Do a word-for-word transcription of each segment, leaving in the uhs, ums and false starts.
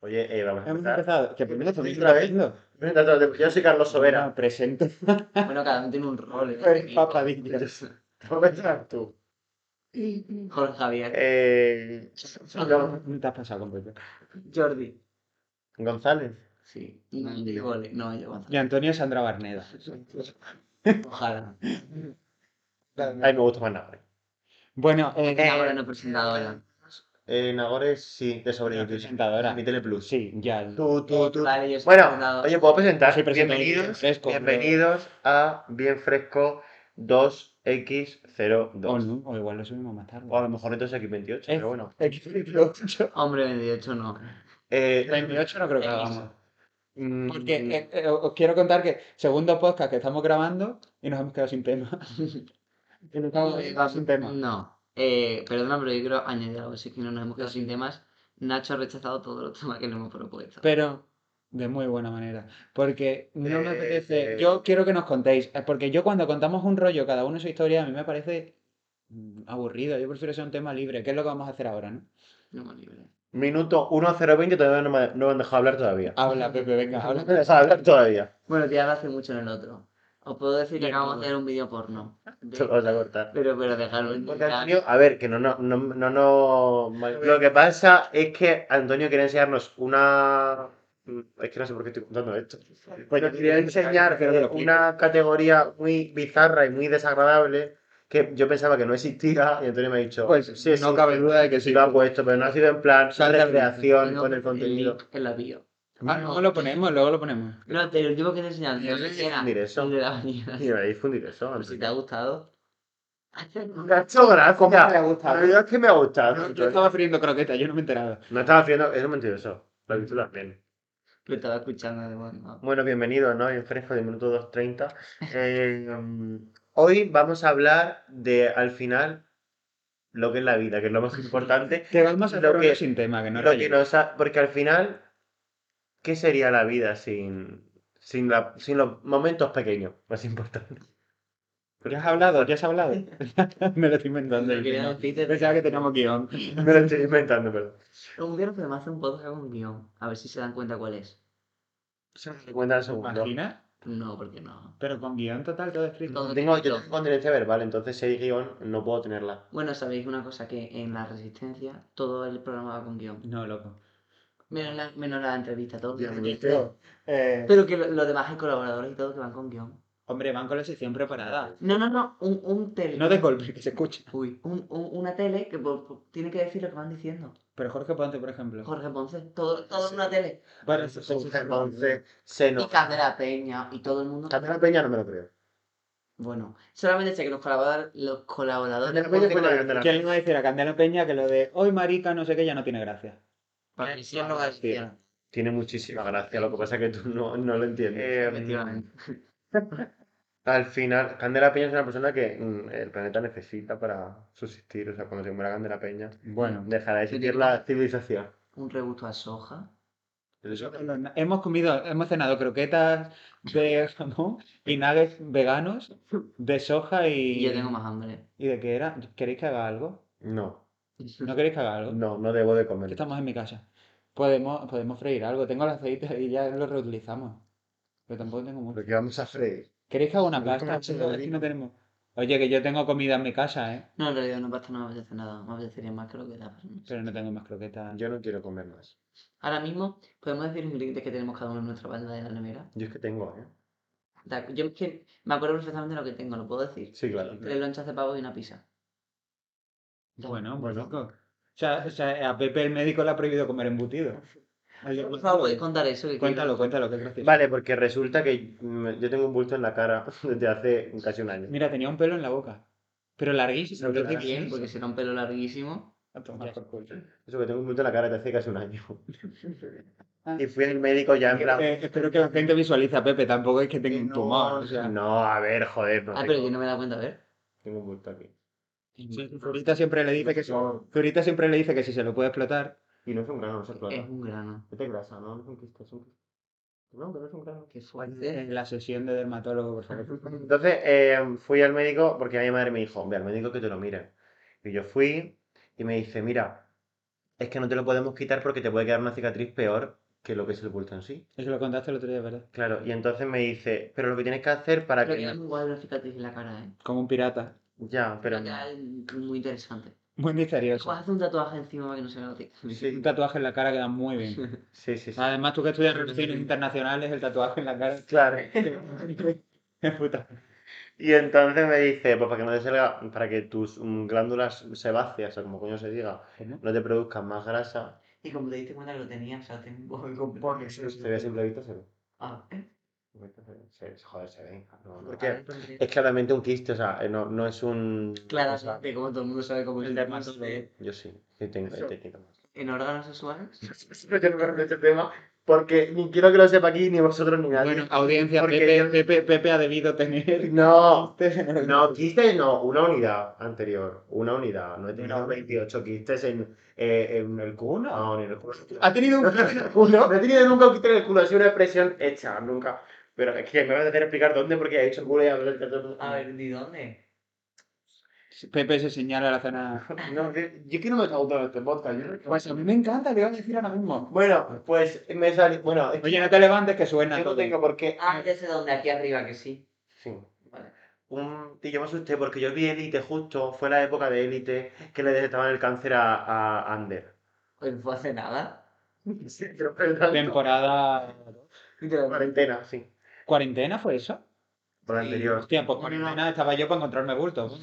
Oye, eh, vamos a Hemos empezar. empezado. Que primero Sí, también otra vez. haciendo. Presenta todo. Yo soy Carlos Sobera. No, presento. Bueno, cada uno tiene un rol. ¿eh? Eres papadilla. ¿Cómo empezar tú? Jorge Javier. Eh, No te has pasado con Pepe. Jordi. González. Sí. No, yo vole. No, yo Gonzalo. Y Antonio Sandra Barneda. Ojalá. A mí me gusta más Nagore. Bueno, eh, Eh, ahora no presentadora. Eh, Nagore, sí, de la sobre presentadora. Mi Teleplus. Sí, ya. Tú, tú, tú. Vale, yo soy Bueno, presentador. oye, ¿puedo presentar? Yo soy presentador bienvenidos, bien fresco, pero- bienvenidos a Bien Fresco dos equis cero O dos. no, o igual lo subimos más tarde. O a lo mejor entonces equis veintiocho, Es- pero bueno. equis veintiocho. Hombre, veintiocho no. Eh, veintiocho no creo que X. hagamos. mm, Porque eh, eh, os quiero contar que segundo podcast que estamos grabando y nos hemos quedado sin tema. Y nos hemos quedado sin tema. No. Eh, perdona, pero yo quiero añadir algo. Si es que no nos hemos quedado sin temas. Nacho ha rechazado todos los temas que le hemos propuesto. Pero de muy buena manera. Porque no me Eh, apetece. eh. Yo quiero que nos contéis. eh, Porque yo cuando contamos un rollo, cada uno su historia, a mí me parece mm, aburrido. Yo prefiero ser un tema libre. ¿Qué es lo que vamos a hacer ahora, no? No me libre. Minuto uno cero veinte, todavía no me, no me han dejado hablar todavía. Habla, Pepe, venga, No habla. me han dejado hablar todavía. Bueno, te hace mucho en el otro. Os puedo decir que Bien, acabamos de todo. hacer un vídeo porno. Te lo vas a cortar. Pero, pero dejarlo. Porque Antonio, a ver, que no, no, no, no, no- Lo que pasa es que Antonio quiere enseñarnos una. Es que no sé por qué estoy contando esto. Pues yo quería enseñar Pero me lo expliques. una categoría muy bizarra y muy desagradable que yo pensaba que no existía y Antonio me ha dicho. Pues sí, no sí, cabe duda de que sí. Lo ha puesto, pero no ha sido en plan Salta el recreación Tengo con el contenido. link en la bio. Ah, luego lo ponemos, luego lo ponemos. No, te lo tengo que enseñar. Yo voy a difundir eso. el de la mañana. Y me va a difundir eso. Pues si te ha gustado. Me ha hecho gracia. ¿Cómo te ha gustado? La verdad es que me ha gustado. Yo, yo estaba friendo croquetas, yo no me he enterado. No estaba haciendo. Eso es mentiroso. Lo he visto también. Lo estaba escuchando de bueno. Bueno, bienvenidos, ¿no? En fresco de minuto dos treinta. Eh, um, hoy vamos a hablar de, al final, lo que es la vida, que es lo más importante. Que vamos a Lo hacer que- uno sin tema, que no Lo que relleno. nos ha- porque al final, ¿qué sería la vida sin, sin, la- sin los momentos pequeños más importantes? ¿Ya has hablado? ¿Ya has hablado? Me lo estoy inventando. Lo quería no. decirte. Pensaba que teníamos guión. Me lo estoy inventando, perdón. Un día nos podemos hacer un podcast con un guión. A ver si se dan cuenta cuál es. Se me cuenta el segundo. ¿Imaginas? No, porque no. Pero con guión total, todo escrito. Todo Tengo, yo escrito. tengo continencia verbal, entonces si hay guión no puedo tenerla. Bueno, sabéis una cosa, que en la Resistencia todo el programa va con guión. No, loco. Menos la, menos la entrevista, todo. Eh, Pero que lo, lo demás hay colaboradores y todo que van con guión. hombre, van con la sección preparada. No, no, no, un, un tele. No de golpe, que se escuche. Uy, un, un- una tele que por- por- tiene que decir lo que van diciendo. Pero Jorge Ponte, por ejemplo. Jorge Ponce, todo, todo en una tele. Bueno, eso- eso- eso- Entonces, se Y nos... Candela Peña y todo el mundo. Candela Peña no me lo creo. Bueno, solamente sé que los colaboradores, los colaboradores Candela Peña fue la porque- Candela ¿Quién le iba a decir a Candela Peña que lo de hoy marica no sé qué ya no tiene gracia? Para que sí lo va a decir. Tiene muchísima gracia, lo que pasa es que tú no, no lo entiendes. Eh, Efectivamente. al final, Candela Peña es una persona que mm, el planeta necesita para subsistir. O sea, cuando se muera Candela Peña, Bueno, dejará de existir la civilización. Un rebusto a soja. hemos comido, hemos cenado croquetas de jamón y nuggets veganos de soja y... Y yo tengo más hambre. ¿Y de qué era? ¿Queréis que haga algo? No, ¿No queréis que haga algo? no, no debo de Que comer. estamos en mi casa. Podemos, podemos freír algo. Tengo el aceite y ya lo reutilizamos. Pero tampoco tengo mucho. Lo que vamos a freír. ¿Queréis que haga una Sí, pasta? como Es que chorrito. no tenemos. Oye, que yo tengo comida en mi casa, ¿eh? No, en realidad no pasta no me apetece nada. Me apetecería más que lo que da. Pero no tengo más croquetas. Yo no quiero comer más. Ahora mismo, podemos decir los ingredientes que tenemos cada uno en nuestra banda de la nevera. Yo es que tengo, ¿eh? Da- Yo es que me acuerdo perfectamente de lo que tengo, ¿lo puedo decir? Sí, claro. Tres lonchas de pavo y una pizza. Bueno, Bueno. bueno. O sea, o sea, a Pepe el médico le ha prohibido comer embutido. Oye, Por favor, puedes contar eso. Que Cuéntalo, quiero- cuéntalo, que es gracioso. Vale, porque resulta que mm, yo tengo un bulto en la cara desde hace casi un año. Mira, tenía un pelo en la boca. Pero larguísimo. No, Entonces, claro. bien, porque será un pelo larguísimo. A tomar por culo. Eso que tengo un bulto en la cara desde hace casi un año. Ah. Y fui al médico ya en plan. Eh, espero que la gente visualice a Pepe, tampoco es que tenga un tumor. O sea, No, a ver, joder, no Ah, tengo, pero yo no me he dado cuenta, a ver. tengo un bulto aquí. sí, Zurita siempre le dice que si, Zurita siempre le dice que si se lo puede explotar. Y no es un grano, no se explota. Es un grano. Es de grasa, no, no es un quiste, es un quiste. No, que no es un grano. Qué fuerte. En la sesión de dermatólogo, por favor. Entonces eh, fui al médico porque a mi madre me dijo, ve al médico que te lo mire. Y yo fui y me dice, mira, es que no te lo podemos quitar porque te puede quedar una cicatriz peor que lo que es el bulto en sí. Eso lo contaste el otro día, ¿verdad? Claro, y entonces me dice, pero lo que tienes que hacer para Pero que... queda muy guay una cicatriz en la cara, ¿eh? Como un pirata. Ya, pero... Va a quedar muy interesante. Muy misterioso. Puedes hacer un tatuaje encima para que no se vea la cicatriz. Sí, Un tatuaje en la cara queda muy bien. sí, sí, sí. Además, tú que estudias relaciones internacionales, el tatuaje en la cara. Claro. Es puta. Y entonces me dice, pues para que no te salga, para que tus mm, glándulas sebáceas, o como coño se diga, ¿Cómo? no te produzcan más grasa. Y como te diste cuenta que lo tenías, o sea, te un poco Porque se ve a simple vista, se ve. Ah, ¿eh? Se, se- joder, se ve. No, no. A Porque ver, pondré- es claramente un quiste, o sea, eh, no, no es un... Claramente, como todo el mundo sabe cómo es El el dermatólogo. Yo sí, que tengo he tenido más. ¿En órganos sexuales? No quiero hablar de este tema porque ni quiero que lo sepa aquí ni vosotros ni nadie. Bueno, audiencia, Porque Pepe, yo- Pepe, Pepe ha debido tener. No, quistes en el- no, quistes no, una unidad anterior, una unidad. No he tenido Bueno. veintiocho quistes en, eh, en el culo. No, ni en el culo. Ha tenido un. Uno, no he tenido nunca un quiste en el culo, ha sido una expresión hecha, nunca. Pero es que me vas a hacer explicar dónde porque he hecho el culo y hablo del A ver, ¿de dónde? Pepe se señala la zona. No, que- yo que no me he gustado en este podcast. yo- Pues a mí me encanta, le iba a decir ahora mismo. Bueno, pues me salió. Bueno, es que Oye, no te levantes que suena yo no todo. tengo por qué. Ah, ya sé dónde, aquí arriba, que sí. Sí. Vale. Un... Y yo me asusté porque yo vi Élite justo, fue la época de Élite que le detectaban el cáncer a, a Ander. Pues no fue hace nada. Sí, pero fue tanto. Temporada. Cuarentena, sí. ¿Cuarentena fue eso? Por la Sí. anterior. Hostia, pues No, no, no. cuarentena estaba yo para encontrarme bultos.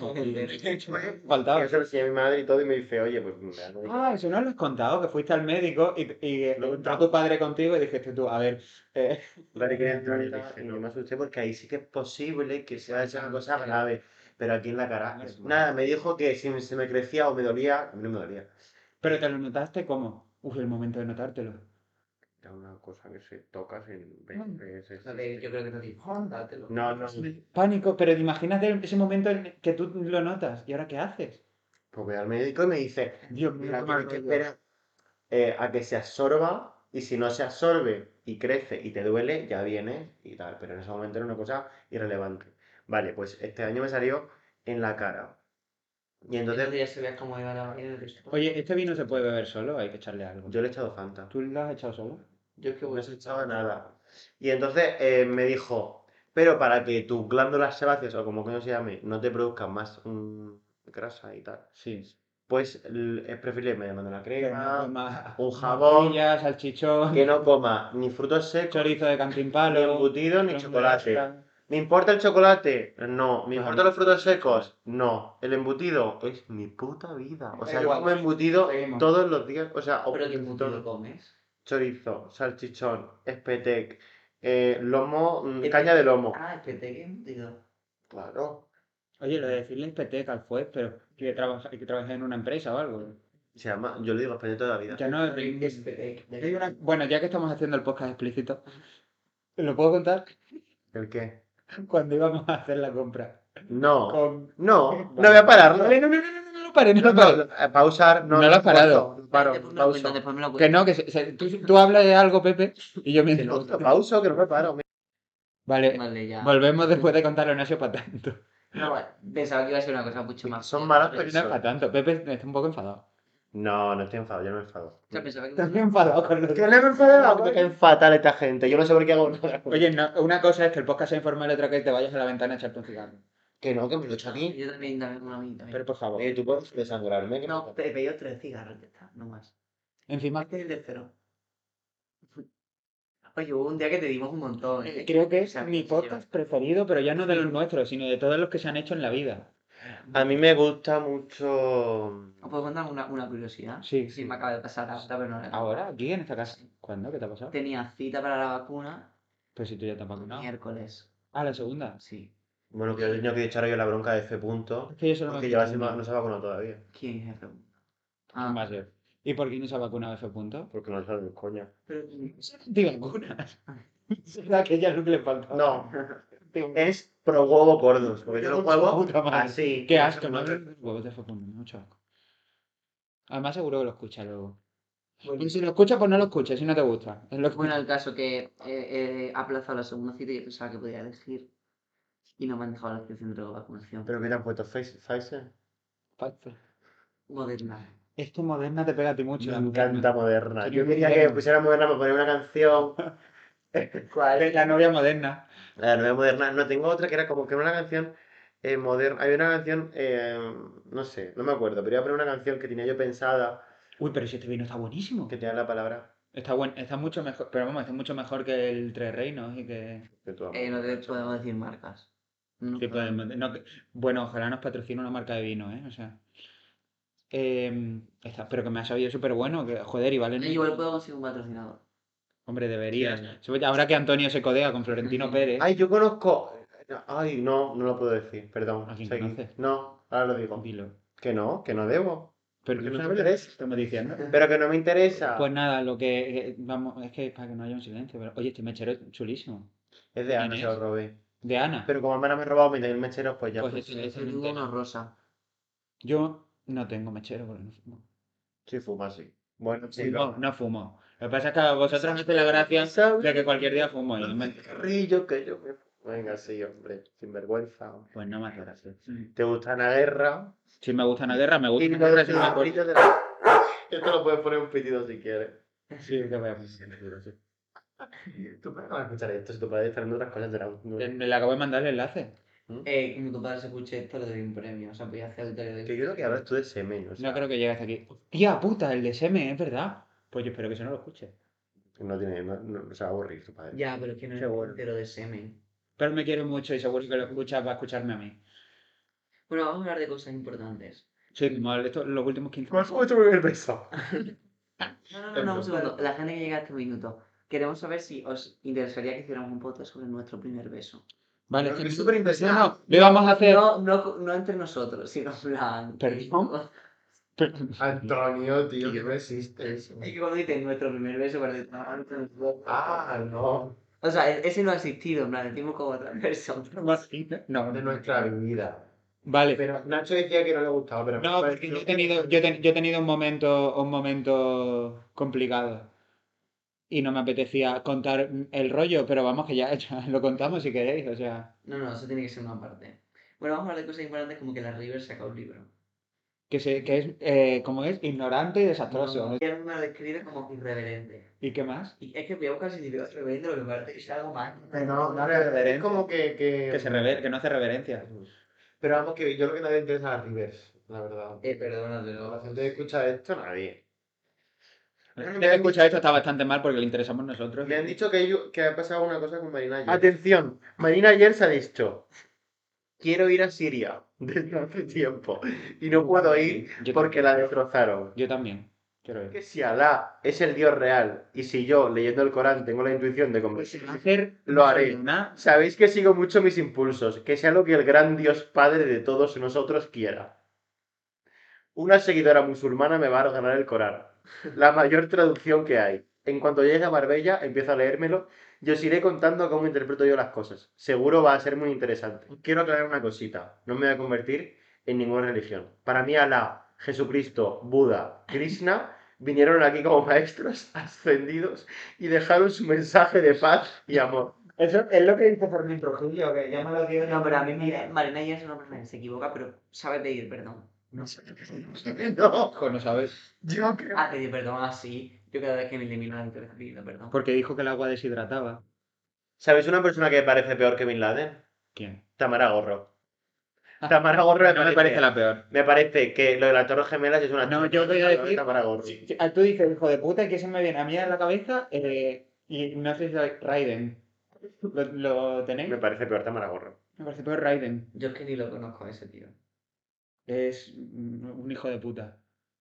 Faltaba. Y eso lo enseñé a mi madre y todo y me dice, oye, pues me han dicho. Ah, eso no lo has contado, que fuiste al médico y, y Lo he entró contado. tu padre contigo y dijiste tú, a ver, eh, Claro, que entrar y tal, y yo me asusté porque ahí sí que es posible que sea esa una cosa grave. Pero aquí en la cara. No es Nada, me dijo que si me- se me crecía o me dolía, a mí no me dolía. pero te lo notaste cómo. Uf, el momento de notártelo. Era una cosa que se toca sin ver Mm. que se A ver, yo creo que no te dijo, dátelo. No, no. Pánico, pero imagínate ese momento en que tú lo notas. ¿Y ahora qué haces? Pues voy al médico y me dice, Dios mira, qué tienes que rollo. esperar eh, a que se absorba y si no se absorbe y crece y te duele, ya viene y tal. Pero en ese momento era una cosa irrelevante. Vale, pues este año me salió en la cara. Y Entonces entonces ya se vea cómo iba la vaina del resto. Oye, este vino se puede beber solo, hay que echarle algo. yo le he echado Fanta. ¿Tú lo has echado solo? Yo es que No voy se echaba nada. Y entonces eh, me dijo, pero para que tus glándulas sebáceas o como coño se llame, no te produzcan más mm, grasa y tal, Sí. pues l- es preferible me mando una Que no crema, coma un jabón, morcilla, salchichón, que no coma ni frutos secos, chorizo de ni cantimpalo, embutidos, ni crema de chocolate. asca. ¿Me importa el chocolate? No. ¿Me Pues a importan mí- los frutos secos? No. ¿El embutido? Es mi puta vida. O sea, Da yo igual. como embutido Seguimos. todos los días. O sea, o ¿Pero qué todo. embutido comes? Chorizo, salchichón, espetec, eh, lomo, mm, Espete- caña de lomo. Ah, espete, ¿qué embutido? Claro. Oye, lo de decirle espeteca al juez, pero que trabaja, que trabaja en una empresa o algo. Se llama, yo le digo español toda la vida. Ya no Espete. Hay una- Bueno, ya que estamos haciendo el podcast explícito, ¿lo puedo contar? ¿El qué? Cuando íbamos a hacer la compra. No. Con- No, Vale. no voy a pararlo. Vale, no, no, no, no, no, no lo pares, no lo No, pares. no, eh, pausar, no. No lo has parado. corto, no paro, Después me lo cuentas, pauso. después me lo Que cuentas. no, que se- se- tú, tú hablas de algo, Pepe, y yo Que mientras. no, pauso, que no me paro. Vale, Vale, ya. volvemos después de contarlo, no ha sido para tanto. No, vale, pensaba que iba a ser una cosa mucho más. Son malas Pero no es para tanto. Pepe está un poco enfadado. No, no estoy enfadado, yo no me enfado. O sea, pensaba que Estás muy enfadado con lo Que no me enfado, me caen fatal esta gente. Yo no sé por qué hago nada. Oye, no, una cosa es que el podcast sea informal y otra que te vayas a la ventana a echarte un cigarro. Que no, que me lo echo aquí. Yo también, también, una a mí también. Pero por favor. Oye, tú puedes desangrarme. Que No, Pepe, yo tres cigarros, ya está, no más. Encima, Este es el de cero. Oye, hubo un día que te dimos un montón. eh, ¿eh? creo que es O sea, mi se podcast preferido, pero ya no de los nuestros, sino de todos los que se han hecho en la vida. A mí me gusta mucho. ¿Os puedo contar una, una curiosidad? Sí, Sí, me acaba de pasar ahora, pero no era. Ahora, aquí en esta casa. ¿Cuándo? ¿Qué te ha pasado? Tenía cita para la vacuna Pues si tú ya te has vacunado. miércoles. Ah, la segunda. Sí. Bueno, que yo he tenido que echar yo la bronca de F. Punto. Es que yo solo me Porque he lleva vacunado. sin- no se ha vacunado todavía. ¿Quién es jefe? ¿Quién va a ser? ¿Y por qué no se ha vacunado F. punto? Porque no sabe, coña. Pero, Te vacunas. Es aquella lo que le faltaba. No. Es pro huevo gordos. Porque yo los huevos Puta madre. así. Qué asco, ¿no? Los huevos de F. punto, mucho asco. Además seguro que lo escucha luego. bueno, Y si lo escuchas, pues no lo escuches, si no te gusta. Es lo que... bueno, el caso que he eh, aplazado la segunda cita y yo pensaba que podía elegir. Y no me han dejado la elección de vacunación. ¿Pero qué te han puesto? Face- ¿Pfizer? Moderna. Es que Moderna te pega a ti mucho. Me la encanta Moderna. Moderna. Soy Yo un quería que moderno. pusiera Moderna para poner una canción. ¿Cuál? La novia moderna. La nueva Moderna. No, tengo otra que era como que era una canción eh, moderna. Hay una canción, eh, no sé, no me acuerdo, pero iba a poner una canción que tenía yo pensada, Uy, pero si este vino está buenísimo. que tenía la palabra Está buen, está mucho mejor, pero vamos, está mucho mejor que el Tres Reinos y que... de tu amor. Eh, no te borracho. podemos decir marcas. No Sí, podemos. podemos- no, que- bueno, ojalá nos patrocine una marca de vino, ¿eh? O sea... em, está- pero que me ha sabido súper bueno, que joder, y vale... Eh, Igual puedo conseguir un patrocinador. Hombre, deberías. Sí. Sobre- Ahora que Antonio se codea con Florentino Pérez... Ay, yo conozco. Ay, no, no lo puedo decir, perdón. ¿A quién Seguí. conoces? No, ahora lo digo. Dilo. Que no, que no debo. Pero Que tú no me sabes lo que interesa. estamos diciendo. Pero que no me interesa. Pues nada, lo que... eh, Vamos, es que para que no haya un silencio. Pero, oye, este mechero es chulísimo. Es de Ana, ¿Quién se lo es? robé. De Ana. Pero como me han robado mis mil mecheros, pues ya Pues pues. ese- ese Yo me tengo entera. uno rosa. Yo no tengo mechero porque no fumo. Sí, fuma, sí. Bueno, Fumo, chico. no fumo. Lo que pasa es que a vosotros me hace la gracia de que cualquier día fumo. Y me- Carrillo que yo me. Venga, sí, hombre. Sin vergüenza. Pues no me hace gracia. ¿Te gusta una guerra? Si me gusta una guerra, me gusta Y una los guerra. Si no me gusta... cigarrillos de la- Esto lo puedes poner un pitido si quieres. Sí, te voy a poner. Sí. Tu padre no va a escuchar esto, si tu padre está haciendo otras cosas de la... Le, le acabo de mandar el enlace. Eh, como tu padre se escuche esto, le doy un premio. O sea, voy a hacer el de Que creo que hablas tú de semen, o sea, No creo que llegue hasta aquí. ¡Tía puta! El de Seme, es verdad. Pues yo espero que se no lo escuche. no tiene, no, no, se va a aburrir tu padre. Ya, pero es que no es Seguro. entero de semen. Pero me quiere mucho y seguro que lo escucha va a escucharme a mí. Bueno, vamos a hablar de cosas importantes. Sí, como esto, los últimos quince ¿Cómo has hecho muy el beso? No, no, no, no, un segundo. La gente que llega a este minuto. Queremos saber si os interesaría que hiciéramos un podcast sobre nuestro primer beso. Vale, Creo es que que es no- súper interesante. no, no, lo íbamos a hacer. No, no, no entre nosotros, sino en plan. ¿Perdón? Pero- Antonio, tío, que no existe eso. Es que cuando dices nuestro primer beso, parece. Ah, no. O sea, e- ese no ha existido, en plan, decimos como otra persona. No, De nuestra vida. Vale. Pero Nacho decía que no le gustaba, pero... No, porque yo he tenido, yo he ten- yo he tenido un momento, un momento complicado. Y no me apetecía contar el rollo, pero vamos que ya, ya lo contamos si queréis, o sea. No, no, eso tiene que ser una parte. Bueno, vamos a hablar de cosas importantes como que la River saca un libro. Que, se, que es, eh, como es, ignorante y desastroso. No, y él me lo describe como irreverente. ¿Y qué más? Y es que voy a buscar el significado de irreverente porque me parece que es algo más. No, no, es como que... Que, Que, se rever- que no hace reverencia. Pero vamos, que yo creo que nadie interesa a Rivers, la verdad. Eh, perdona, La pero. gente que escucha esto, nadie. La gente que escucha esto está bastante mal porque le interesamos nosotros. Me han dicho que, hay- que ha pasado una cosa con Marina ayer. Atención, Marina ayer se ha dicho, quiero ir a Siria desde hace tiempo y no puedo ir Yo porque la destrozaron. Yo también. Quiero ir. Que si Alá es el Dios real y si yo, leyendo el Corán, tengo la intuición de convertirme, Hacer lo haré. una- Sabéis que sigo mucho mis impulsos, que sea lo que el gran Dios Padre de todos nosotros quiera. Una seguidora musulmana me va a ordenar el Corán, la mayor traducción que hay. En cuanto llegue a Marbella, empiezo a leérmelo y os iré contando cómo interpreto yo las cosas. Seguro va a ser muy interesante. Quiero aclarar una cosita, no me voy a convertir en ninguna religión. Para mí Alá, Jesucristo, Buda, Krishna vinieron aquí como maestros ascendidos y dejaron su mensaje de paz y amor. Eso es lo que dice Fermín Trujillo, que llama a los dioses. No, pero a mí me- Marina ya es una persona que se equivoca, pero sabe pedir perdón. No sé. No, Ojo, no sabes. yo creo... Ah, pedir perdón así. Yo cada vez que me elimino la interés pidiendo perdón. Porque dijo que el agua deshidrataba. ¿Sabéis una persona que me parece peor que Bin Laden? ¿Quién? Tamara Gorro. Tamara Gorro me, No me parece la peor. Me parece que lo de las Torres Gemelas es una No, chorrada yo voy a de decir- Tamara Gorro. Ah, Tú dices, hijo de puta, que se me viene a mí a la cabeza. eh, y no sé si es Raiden. ¿Lo, lo tenéis? Me parece peor Tamara Gorro. Me parece peor Raiden. Yo es que ni lo conozco a ese tío. Es un hijo de puta.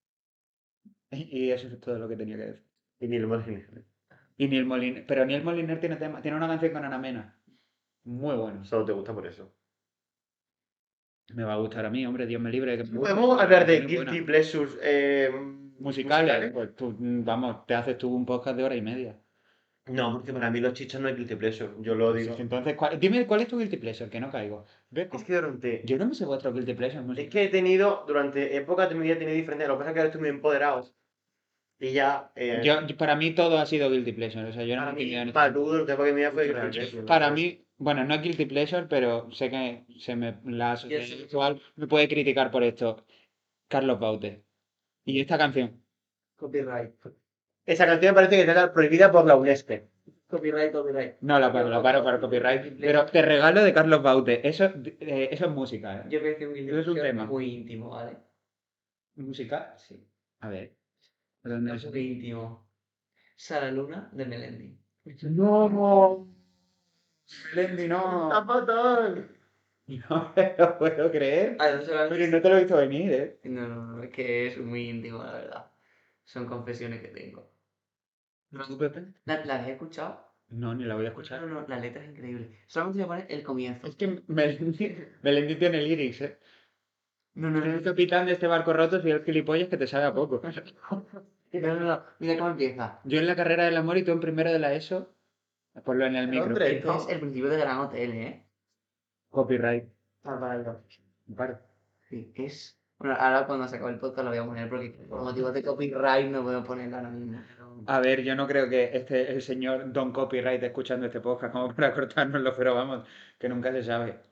Y eso es todo lo que tenía que decir. Y ni el Moliner. Y Neil Moliner. Pero Neil Moliner tiene, tema, tiene una canción con Ana Mena. Muy bueno. Solo te gusta por eso. Me va a gustar a mí, hombre, Dios me libre de que me guste. Podemos hablar de Muy buena. Guilty Pleasures eh, Musicales. Pues tú, mm, vamos, te haces tú un podcast de hora y media. No, porque para mí los chichos no es Guilty Pleasure. Yo lo digo. Entonces, ¿cuál- dime cuál es tu guilty pleasure, que no caigo. ¿Ves? Es que durante... Yo no me sé vuestro guilty pleasure. Es que he tenido, durante épocas de mi vida he tenido diferentes... Lo que pasa es que ahora estoy muy empoderado. Y ya... Eh, Yo, yo- para mí todo ha sido guilty pleasure. O sea, yo no para me mí, tenía en para tú, durante épocas de mi vida fue Para Guilty Pleasure. Para mí, bueno, no es guilty pleasure, pero sé que se me, la sociedad Yo sí. actual me puede criticar por esto. Carlos Baute. Y esta canción. Copyright. Esa canción me parece que está prohibida por la UNESCO. Copyright, copyright. No, la paro, la paro para copyright. Pero te regalo de Carlos Baute. Eso, eh, eso es música, ¿eh? Yo creo que es un Eso es un guilty tema. muy íntimo, ¿vale? ¿Música? Sí. A ver. ¿Dónde Es es? muy íntimo. Sara Luna de Melendi. No, Melendi, ¡Está no. fatal! No me lo puedo creer. Ah, no, solamente- Pero no te lo he visto venir, ¿eh? no, no, no, es que es muy íntimo, la verdad. Son confesiones que tengo. ¿Tú, Pepe? ¿La, la habéis escuchado? No, ni la voy a No, escuchar. no, no, la letra es increíble. Solamente voy a poner el comienzo. Es que Melendi, Melendi tiene lyrics, ¿eh? No, no, Es no, el capitán de este barco roto y el gilipollas que te sabe a poco. no, no, no. Mira cómo empieza. Yo en la carrera del amor y tú en primero de la ESO. Ponlo en el micro. Hombre, Este es el principio de Gran Hotel, ¿eh? Copyright. Ah, vale, no. Paro. Sí, es... Bueno, ahora cuando se acabe el podcast lo voy a poner porque por motivos de copyright no puedo ponerlo ahora mismo. Pero... A ver, yo no creo que este el señor Don Copyright escuchando este podcast como para cortárnoslo, pero vamos, que nunca se sabe.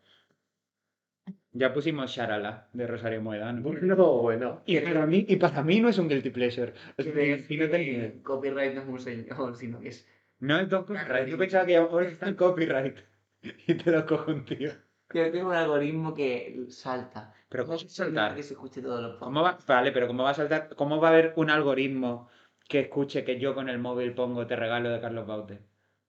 Ya pusimos Sharala de Rosario Moedano. No, bueno. Y para mí, y para mí no es un guilty pleasure. Es Que que ves y no te que niegues. copyright no es un señor, sino que es... No es Don Copyright. Yo pensaba que ahora está el copyright. Y te lo cojo un tío. Creo que es un algoritmo que salta. Pero No ¿cómo es va a saltar? que se escuche todos los ¿Cómo va? Vale, pero ¿cómo va a saltar? ¿Cómo va a haber un algoritmo que escuche que yo con el móvil pongo te regalo de Carlos Baute?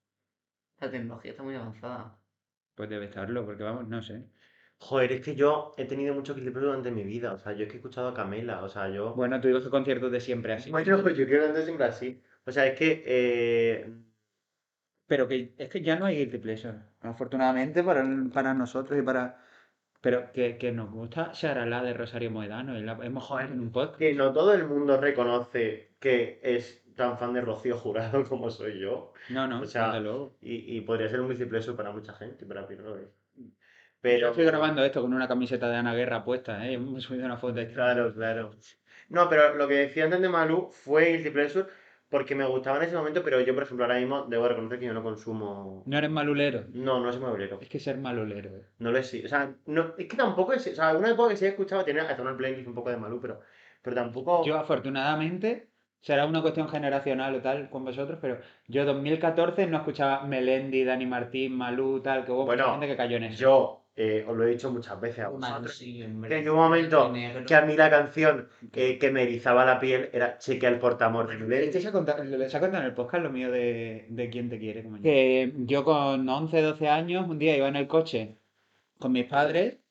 La tecnología está muy avanzada. Pues debe estarlo, porque vamos, no sé. Joder, es que yo he tenido mucho equilibrio durante mi vida. O sea, yo es que he escuchado a Camela. O sea, yo. Bueno, tú ibas a conciertos de siempre así. Bueno, pues yo quiero andar siempre así. O sea, es que. eh, Pero que es que ya no hay guilty pleasure. Afortunadamente para, para nosotros y para. Pero que, que nos gusta Sharala de Rosario Moedano. Y la hemos jugado en un podcast. que no todo el mundo reconoce que es tan fan de Rocío Jurado como soy yo. No, no, O sea, desde luego. Y, y podría ser un multipleso para mucha gente, pero a mí no lo es. Yo Pero. estoy grabando esto con una camiseta de Ana Guerra puesta, ¿eh? Hemos subido una foto. aquí. Claro, claro. No, pero lo que decía antes de Malú fue Guilty Pleasure porque me gustaba en ese momento, pero yo, por ejemplo, ahora mismo debo reconocer que yo no consumo. No eres malulero. No, no soy malolero. Es que ser malulero, ¿eh? No lo es, sí. O sea, no, es que tampoco es. O sea, alguna época que sí he escuchado tenía hasta una playlist un poco de Malú, pero, pero tampoco. Yo afortunadamente, será una cuestión generacional o tal con vosotros, pero yo dos mil catorce no escuchaba Melendi, Dani Martín, Malú, tal, que hubo mucha Bueno, gente que cayó en eso. yo eh, os lo he dicho muchas veces a Manu, vosotros. sí, Que hombre. en un momento Negro. que a mí la canción eh, que me erizaba la piel era Chequea el portamor de Esto Melendi. se ha contado, se ha contado en el podcast lo mío de, de quién te quiere. Como yo. Que yo con once, doce años, un día iba en el coche con mis padres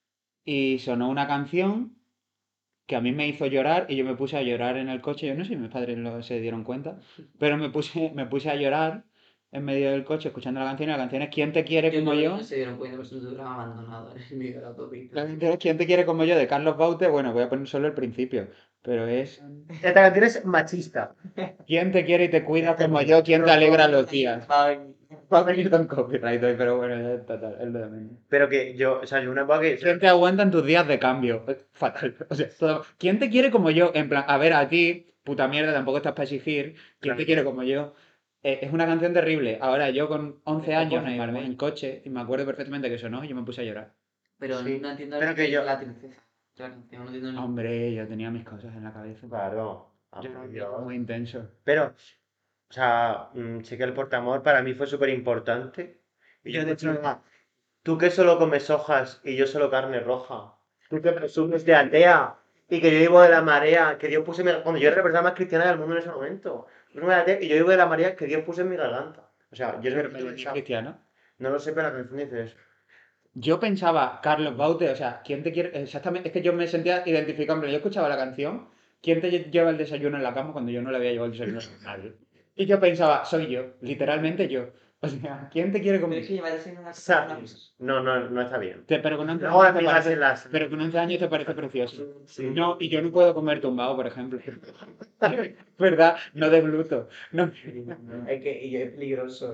y sonó una canción que a mí me hizo llorar y yo me puse a llorar en el coche. Yo no sé si mis padres lo, se dieron cuenta, pero me puse, me puse a llorar en medio del coche escuchando la canción y la canción es ¿Quién te quiere Yo como creo que yo? no se dieron cuenta, pero se lo hubieran abandonado en el medio de la autopista. La canción es ¿Quién te quiere como yo? De Carlos Baute. Bueno, voy a poner solo el principio, pero es Esta canción es machista. ¿Quién te quiere y te cuida como yo? ¿Quién te alegra los días? Ay, Va a venir con copyright hoy, pero bueno, ya está, tal, es lo de menos. Pero que yo, o sea, yo una época que. ¿Quién te aguanta en tus días de cambio? Es fatal. O sea, todo- ¿quién te quiere como yo? En plan, a ver, a ti, puta mierda, tampoco estás para exigir. ¿Quién Claro. te quiere como yo? Eh, es una canción terrible. Ahora, yo con once Pero años pone, en pone. en coche, y me acuerdo perfectamente que sonó, y yo me puse a llorar. pero Sí, no entiendo pero el- que yo- la tristeza de la canción, no entiendo el- Hombre, yo tenía mis cosas en la cabeza. Claro. Yo Ah, era un Dios. tipo muy intenso. Pero, o sea, mm, Chequea el portamor para mí fue súper importante. Y yo, de hecho, ah, tú que solo comes hojas y yo solo carne roja. Tú que presumes de atea y que yo vivo de la marea, que Dios puse en mi... Cuando yo era la persona más cristiana del mundo en ese momento. Presume de atea y yo vivo de la marea que Dios puso en mi garganta. O sea, yo Pero soy Melendi es cristiano. No lo sé, pero la canción dice eso. Yo pensaba, Carlos Baute, o sea, ¿quién te quiere? Exactamente, es que yo me sentía identificado. en plan, Yo escuchaba la canción, ¿quién te lle- lleva el desayuno en la cama cuando yo no le había llevado el desayuno a nadie? Y yo pensaba, soy yo, literalmente yo. O sea, ¿quién te quiere como Pero es que llevar ese en una ¿Sabes? No, no, no está bien. Te- pero con once No, años te amigas parece, en las... pero con once años te parece precioso. Sí. No, y yo no puedo comer tumbado, por ejemplo. ¿Verdad? No de gluto. No. Es que y es peligroso, ¿eh?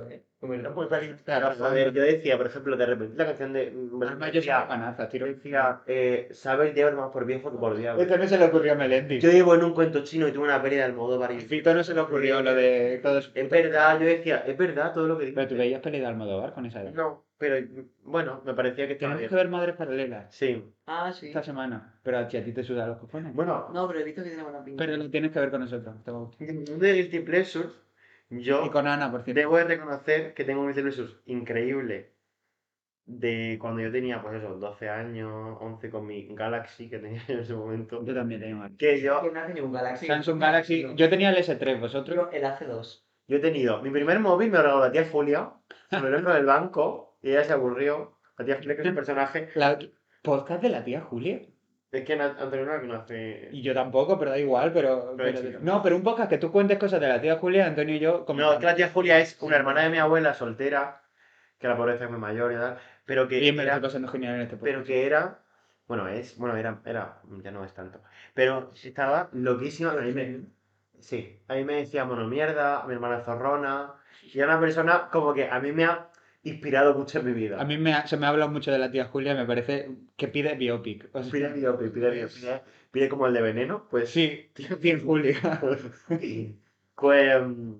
Muy feliz. Claro, joder, yo decía, por ejemplo, de repente la canción de. Además, yo soy decía, panazas, tiro. decía eh, sabe el diablo más por viejo que por diablo. Esto no se le ocurrió a Melendi. Yo vivo en un cuento chino y tuve una peli de Almodóvar y. Fito no se le ocurrió lo de todo eso. Es verdad, yo decía, es verdad todo lo que dice. Pero tú veías peli de Almodóvar con esa edad. No, pero bueno, me parecía que estaba Tenemos bien. que ver Madres Paralelas Sí. Ah, sí. esta semana. Pero a ti, a ti te suda los cojones. Bueno, No, pero he visto que tiene buena pinta. Pero lo tienes que ver con nosotros. Te va a gustar. en el mundo de Guilty Pleasures, yo Y con Ana, por cierto. debo de reconocer que tengo un Guilty Pleasures increíble de cuando yo tenía, pues eso, doce años, once con mi Galaxy que tenía en ese momento. Yo también tengo una. Que yo, ¿Quién no hace ningún Galaxy? Samsung Galaxy. Yo tenía el ese tres, vosotros. Yo el A C dos. yo he tenido, mi primer móvil me lo regaló la tía Julia, se lo dentro del banco y ella se aburrió. La tía Julia, que es un personaje, La podcast de la tía Julia. es que na- Antonio no no hace. Y yo tampoco, pero da igual, pero... Pero pero- chica. no, pero un podcast que tú cuentes cosas de la tía Julia, Antonio y yo... No, comentamos. es que la tía Julia es una hermana de mi abuela soltera, que la pobreza es muy mayor y tal, pero que Y me lo era, estoy pasando genial en este podcast. pero que era, bueno, es, bueno, era, era, ya no es tanto, pero estaba loquísima, a mí me, sí, a mí me decía mono mierda, a mi hermana zorrona, y era una persona como que a mí me ha inspirado mucho en mi vida. A mí me ha- se me ha hablado mucho de la tía Julia, me parece que pide biopic. O sea, Pide biopic, pide biopic, pide, pide como el de Veneno, pues sí, tía Julia. Pues, mm,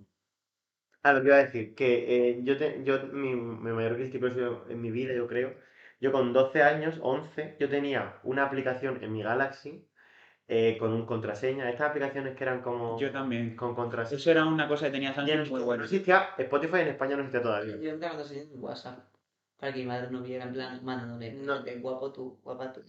a lo que iba a decir, que eh, yo, te- yo mi, mi mayor guilty pleasure en mi vida, yo creo, yo con doce años, once, yo tenía una aplicación en mi Galaxy eh, con un contraseña. Estas aplicaciones que eran como Yo también. con contraseña. Eso era una cosa que tenía Y en Samsung el- muy no buena. existía, Spotify en España no existía todavía. Yo entraba cuando en WhatsApp. Para que mi madre no viera en plan mandándole. No. No, guapo tú, guapa tú.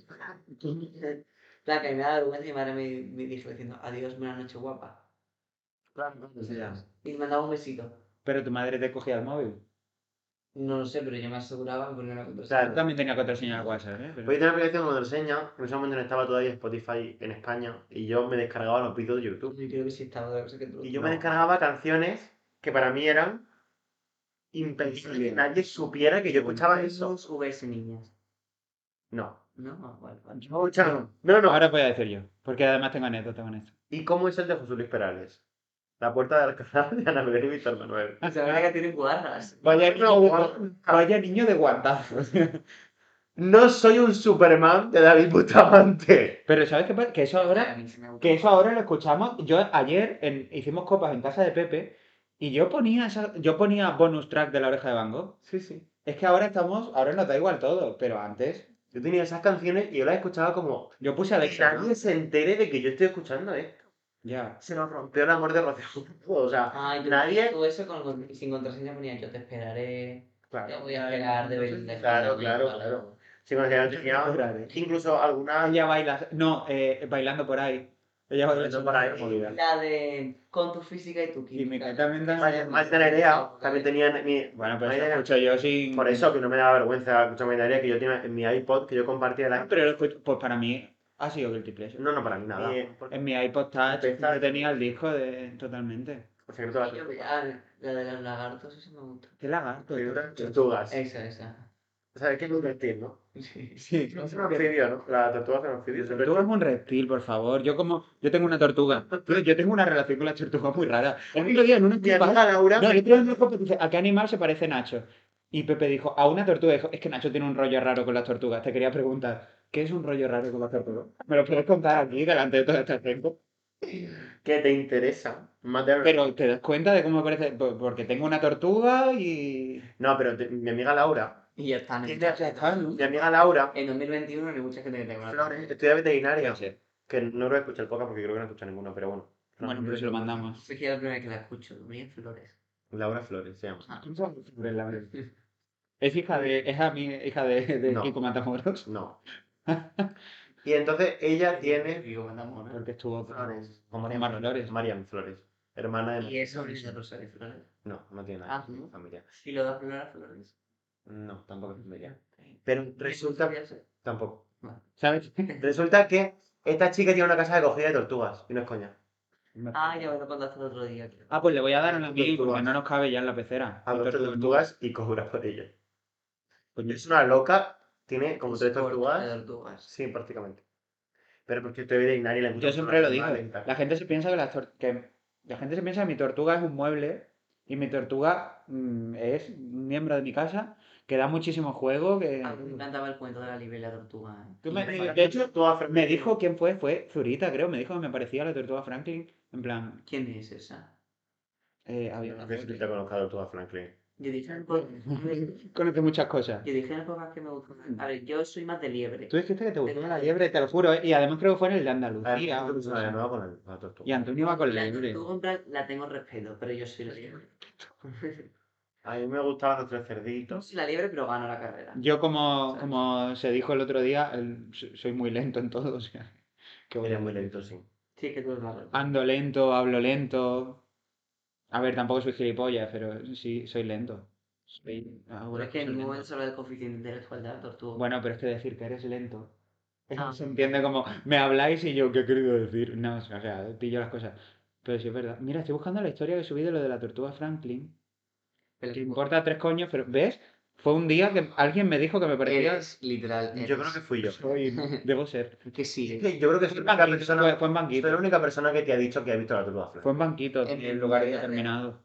En plan, que a mí me da vergüenza y mi madre me, me dijo diciendo adiós, buenas noches, guapa. Claro, no sé. Y me mandaba un besito. Pero tu madre te cogía el móvil. No lo sé, pero yo me aseguraba que ponía una Claro. contraseña. Yo también tenía contraseña de WhatsApp, ¿eh? Pero- Pues yo tenía una aplicación con contraseña, en ese momento no estaba todavía Spotify en España, y yo me descargaba los vídeos de YouTube. Yo creo que sí estaba de cosa que tú. Y yo No. me descargaba canciones que para mí eran impensable que nadie supiera que yo escuchaba eso. Esos V S niñas. No. No, ah, vale, vale. No, chamo. No, no. Ahora voy a decir yo, porque además tengo anécdota con esto. ¿Y cómo es el de José Luis Perales? La puerta de Alcalá de Ana Belén y Víctor Manuel. O sea, ahora que tienen guarras. Vaya No, niño Juan. de, vaya niño de guantazos. No soy un Superman de David Bustamante. Pero ¿sabes qué pasa? Que eso A ahora, mí se me gusta. que eso ahora lo escuchamos. Yo ayer en- hicimos copas en casa de Pepe y yo ponía esa- yo ponía bonus track de La Oreja de Van Gogh. Sí, sí. Es que ahora estamos, ahora nos da igual todo, pero antes Yo tenía esas canciones y yo las escuchaba como. yo puse Que Alexa, ¿no? nadie se entere de que yo estoy escuchando esto. Ya. Se nos rompió el amor de Rocío. O sea, Ah, yo nadie. todo eso con, con- sin contraseña ponía yo te esperaré. Claro, Te voy a esperar de ver. claro, claro, claro. Sí, bueno, ya tenía Esperaré. incluso alguna. Ella baila, no, eh, bailando por ahí. Ella baila Bailando por ahí, esa movida. La de con tu física y tu Y mi química. también da- Más más de Nerea también tenía en mi. Bueno, pero Maite eso Nerea. escucho yo sin. Por eso que no me daba vergüenza escuchar Maite Nerea, que yo tenía en mi iPod que yo compartía Ah, la. pero lo escucho- pues para mí ha sido Guilty Pleasure. No, no, para mí nada. Eh, en mi iPod Touch Empezar- yo tenía el disco de totalmente. El secreto de Y yo las veía la de los lagartos, eso me gusta. Qué lagarto. tortugas. Esa, esa. ¿Sabes qué es un reptil, no? Sí. Sí. No es un anfibio, ¿no? La tortuga es un anfibio. La tortuga es un reptil, por favor. Yo como, yo tengo una tortuga. Yo, yo tengo una relación con la tortuga muy rara. El otro día en una Mi amiga Laura. No, el otro día en una copa dice, ¿a qué animal se parece Nacho? Y Pepe dijo, a una tortuga. Dijo, es que Nacho tiene un rollo raro con las tortugas. Te quería preguntar, ¿qué es un rollo raro con las tortugas? ¿Me lo puedes contar aquí, delante de toda esta gente? Que te interesa. Más de- Pero te das cuenta de cómo me parece, Por- porque tengo una tortuga y... No, pero te- mi amiga Laura. Y ya está. ¿no? Tiene- Ya está, ¿no? Mi amiga Laura. En dos mil veintiuno no hay mucha gente que tenga una Flores, estudia veterinaria. Ya sé. Que no lo he escuchado el podcast porque creo que no he escuchado ninguno, pero bueno. Bueno, pero se lo mandamos. Es que es la primera vez que la escucho. María Flores. Laura Flores se llama. Ah. Es hija de, es a mi hija de, de No. Kiko Matamoros. No. Y entonces ella tiene. Digo, mandamos, ¿no? Porque estuvo Flores. con Marian Flores. Marian Flores. Hermana de. Y es sobrina de Rosario Flores. No, no tiene nada Ah, que ver ¿no? con familia. Y lo da Flora Flores. No, tampoco es familia. Pero resulta. Tampoco. ¿Sabes? Resulta que esta chica tiene una casa de acogida de tortugas. Y no es coña. Ah, ya me lo contaste el otro día. creo. Ah, pues le voy a dar a la mía porque Tortugas. no nos cabe ya en la pecera. Adopta Tortugas. tortugas y cobra por ellas. Coño, Es una loca. Tiene como tres Sport de tortugas. tortugas. Sí, prácticamente. Pero porque estoy veterinaria y la Yo encuentro siempre lo digo. animal y tal. La gente se piensa que, las tor- que la gente se piensa que mi tortuga es un mueble Y mi tortuga mm, es un miembro de mi casa que da muchísimo juego. Que... A mí me encantaba el cuento de la libre y la tortuga. ¿eh? Tú Y me- me- de hecho, me dijo quién fue, fue Zurita, creo, me dijo que me parecía la tortuga Franklin. En plan, ¿Quién es esa? eh, había una No sé si foto. te he conocido tú a Franklin. Yo dije en el po- Conoce muchas cosas. yo dije en el podcast que me gusta. A ver, yo soy más de liebre. Tú dijiste que te gustaba la liebre, te lo juro, ¿eh? Y además creo que fue en el de Andalucía. Ah, o tú algo no así. nueva con el- la tortuga. Y Antonio va con la La liebre. tortuga en plan, la tengo respeto, pero yo soy la liebre. A mí me gustaban los tres cerditos. Soy la liebre, pero gano la carrera. Yo, como, ¿Sabes? como se dijo el otro día, el- so- soy muy lento en todo. O sea, que voy a Eres muy decir. lento, sí. Sí, es que tú eres la liebre. Ando lento, hablo lento. A ver, tampoco soy gilipollas, pero sí, soy lento. Soy- hago Pero las es que en cosas ningún lento. momento se habla del coeficiente intelectual de la tortuga. Bueno, pero es que decir que eres lento. Eso Ah. se entiende como, me habláis y yo, ¿qué he querido decir? No, o sea, pillo las cosas. Pero sí es verdad. Mira, estoy buscando la historia que subí de lo de la tortuga Franklin. Pero Que importa tres coños, pero ¿ves? Fue un día que alguien me dijo que me parecía... eres, literal, Yo eres. creo que fui yo. Soy... Debo ser. Que sí. Es que yo creo que soy Fue la en única Banquito, persona, fue, fue en soy Banquito. la única persona que te ha dicho que ha visto la tortuga Fue Franklin. en Banquito, En en mi lugar vida indeterminado.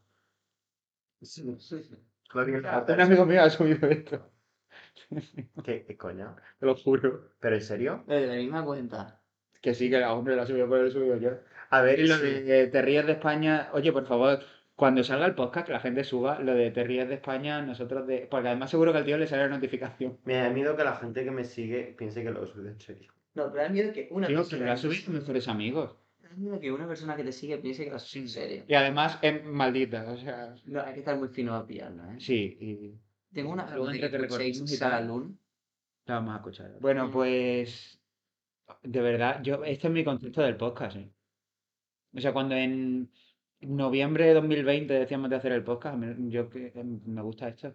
Lo vi en la Un amigo mío ha subido esto. ¿Qué, qué coña? Te lo juro. ¿Pero en serio? De la misma cuenta. Que sí, que hombre lo ha subido, pero lo he subido yo. A ver, Y lo sí. de Te ríes de España, oye, por favor, cuando salga el podcast, que la gente suba lo de Te ríes de España, nosotros de... Porque además seguro que al tío le sale la notificación. Me da miedo que la gente que me sigue piense que lo he subido en serio. No, pero da miedo que una Tío, que persona. lo ha subido tus mejores amigos. Da miedo que una persona que te sigue piense que lo haces en serio. Y además es maldita, o sea... No, hay que estar muy fino a pillarlo, ¿eh? Sí, y Tengo una Luego de entre que que escuchéis recordemos y Sara tal. Loon. la vamos a escuchar. Bueno, Mm. pues... De verdad, yo este es mi concepto del podcast, ¿eh? O sea, cuando en noviembre de dos mil veinte decíamos de hacer el podcast, me- yo que me gusta esto.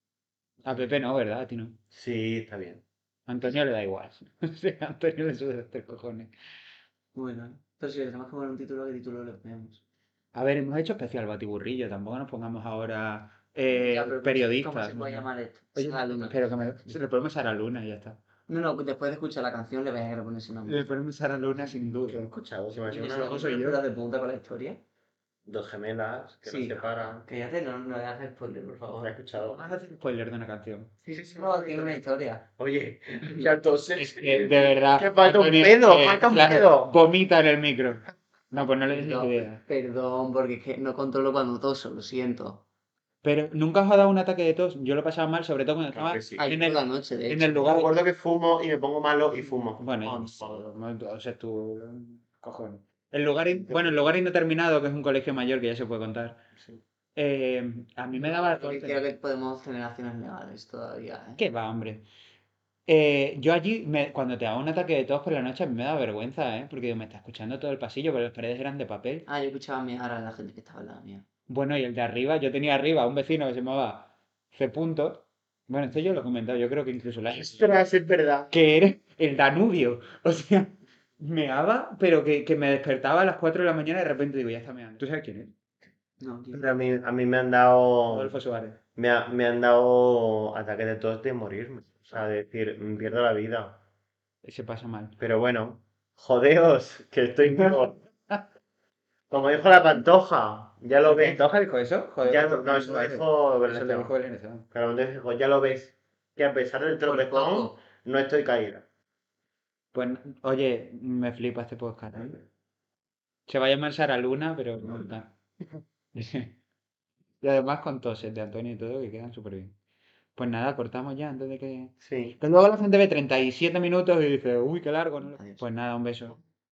A Pepe no, ¿verdad? A ti no. Sí, está bien. A Antonio le da igual. O sea, a Antonio le sube tres cojones. Bueno, pero si le tenemos que poner un título, ¿qué título le ponemos? A ver, hemos hecho especial batiburrillo, tampoco nos pongamos ahora eh, Ya, pero ¿cómo- periodistas. ¿Cómo se puede ¿no? llamar esto? Oye, Sara Loon. pero que me, se le ponemos Sara Luna y ya está. No, no, después de escuchar la canción le vais a poner ese nombre. Le ponemos Sara Luna sin ¿Lo he duda. escuchado? Se me ha ¿Y hecho eso una- luego soy yo. pero de punta con la historia? Dos gemelas que Sí. se separan. Cállate, no, no le hagas spoiler, por ¿Lo favor. he escuchado? Vamos a hacer spoiler de una canción. Sí, sí, sí. No, tiene una historia. Oye, ya entonces. Es que, de verdad. Que falta un Antonio, pedo, eh, falta un la- pedo. Vomita en el micro. No, pues no le des Perdón, idea. perdón, porque es que no controlo cuando toso, lo siento. Pero nunca os ha dado un ataque de tos. Yo lo pasaba mal, sobre todo cuando Claro estaba que sí. Ayer en por el, la noche, de en hecho. el Me lugar. acuerdo que fumo y me pongo malo y fumo. Bueno, Oh, y- no. o sea, tú, cojones. El lugar, in- bueno, el lugar indeterminado, que es un colegio mayor que ya se puede contar. Sí. Eh, a mí me daba Porque tos. creo que podemos tener acciones legales todavía, ¿eh? ¿Qué va, hombre? Eh, yo allí, me- cuando te daba un ataque de tos por la noche, a mí me da vergüenza, ¿eh? Porque me está escuchando todo el pasillo, pero las paredes eran de papel. Ah, yo escuchaba mirar a la gente que estaba al lado mía. Bueno, y el de arriba, yo tenía arriba un vecino que se llamaba C. Punto. Bueno, esto yo lo he comentado, yo creo que incluso la Ostras, es verdad. que era el Danubio. O sea, meaba, pero que, que me despertaba a las cuatro de la mañana y de repente digo, ya está meando. ¿Tú sabes quién es? No, tío. Pero a mí, a mí me han dado. Rodolfo Suárez. Me, ha- me han dado ataques de tos de morirme. O sea, de decir, mm, pierdo la vida. Se pasa mal. Pero bueno, jodeos, que estoy vivo. Como dijo la Pantoja, ya lo ves. ¿Pantoja dijo eso? Joder, Ya, Rodolfo no, eso lo Suárez. dijo Eso lo Berlanga. dijo Belén Esteban. Pero entonces dijo, ya lo ves, que a pesar del Por tropezón, poco. no estoy caída. Pues, oye, me flipa este podcast, ¿eh? Se va a llamar Sara Luna, pero no está. Y además con toses de Antonio y todo, que quedan súper bien. Pues nada, cortamos ya antes de que... Sí. Que luego la gente ve treinta y siete minutos y dice, uy, qué largo, ¿no? Adiós. Pues nada, un beso.